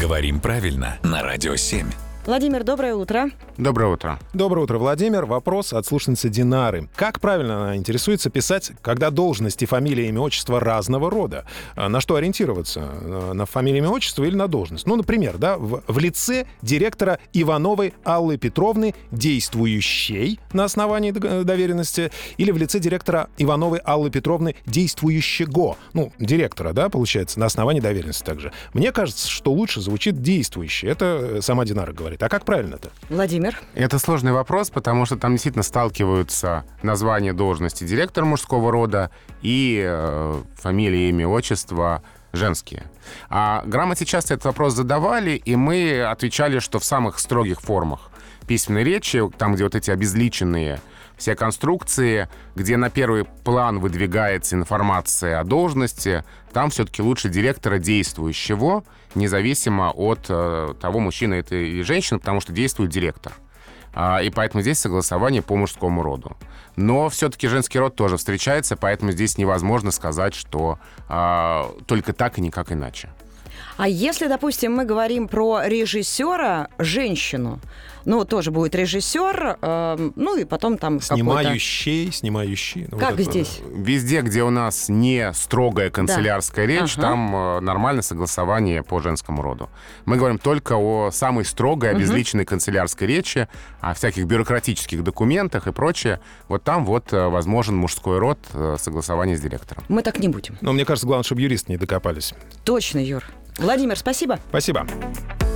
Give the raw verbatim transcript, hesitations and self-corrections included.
Говорим правильно на Радио семь. Владимир, доброе утро. Доброе утро. Доброе утро, Владимир. Вопрос от слушательницы Динары. Как правильно, она интересуется, писать, когда должности, фамилия, имя, отчество разного рода? На что ориентироваться? На фамилию, имя, отчество или на должность? Ну, например, да, в, в лице директора Ивановой Аллы Петровны, действующей на основании доверенности, или в лице директора Ивановой Аллы Петровны, действующего, ну, директора, да, получается, на основании доверенности также. Мне кажется, что лучше звучит действующий. Это сама Динара говорит. А как правильно-то? Владимир. Это сложный вопрос, потому что там действительно сталкиваются название должности директора мужского рода и э, фамилия, имя, отчество женские. А грамоте часто этот вопрос задавали, и мы отвечали, что в самых строгих формах письменной речи, там, где вот эти обезличенные все конструкции, где на первый план выдвигается информация о должности, там все-таки лучше директора действующего, независимо от э, того, мужчина это или женщина, потому что действует директор. А, и поэтому здесь согласование по мужскому роду. Но все-таки женский род тоже встречается, поэтому здесь невозможно сказать, что э, только так и никак иначе. А если, допустим, мы говорим про режиссера, женщину, ну, тоже будет режиссер, э, ну, и потом там Снимающий, какой-то... снимающий. Ну, как вот это... здесь? Везде, где у нас не строгая канцелярская да. речь, ага. там э, нормальное согласование по женскому роду. Мы говорим только о самой строгой, обезличенной угу. канцелярской речи, о всяких бюрократических документах и прочее. Вот там вот э, возможен мужской род, э, согласование с директором. Мы так не будем. Но мне кажется, главное, чтобы юристы не докопались. Точно, Юр. Владимир, спасибо. Спасибо.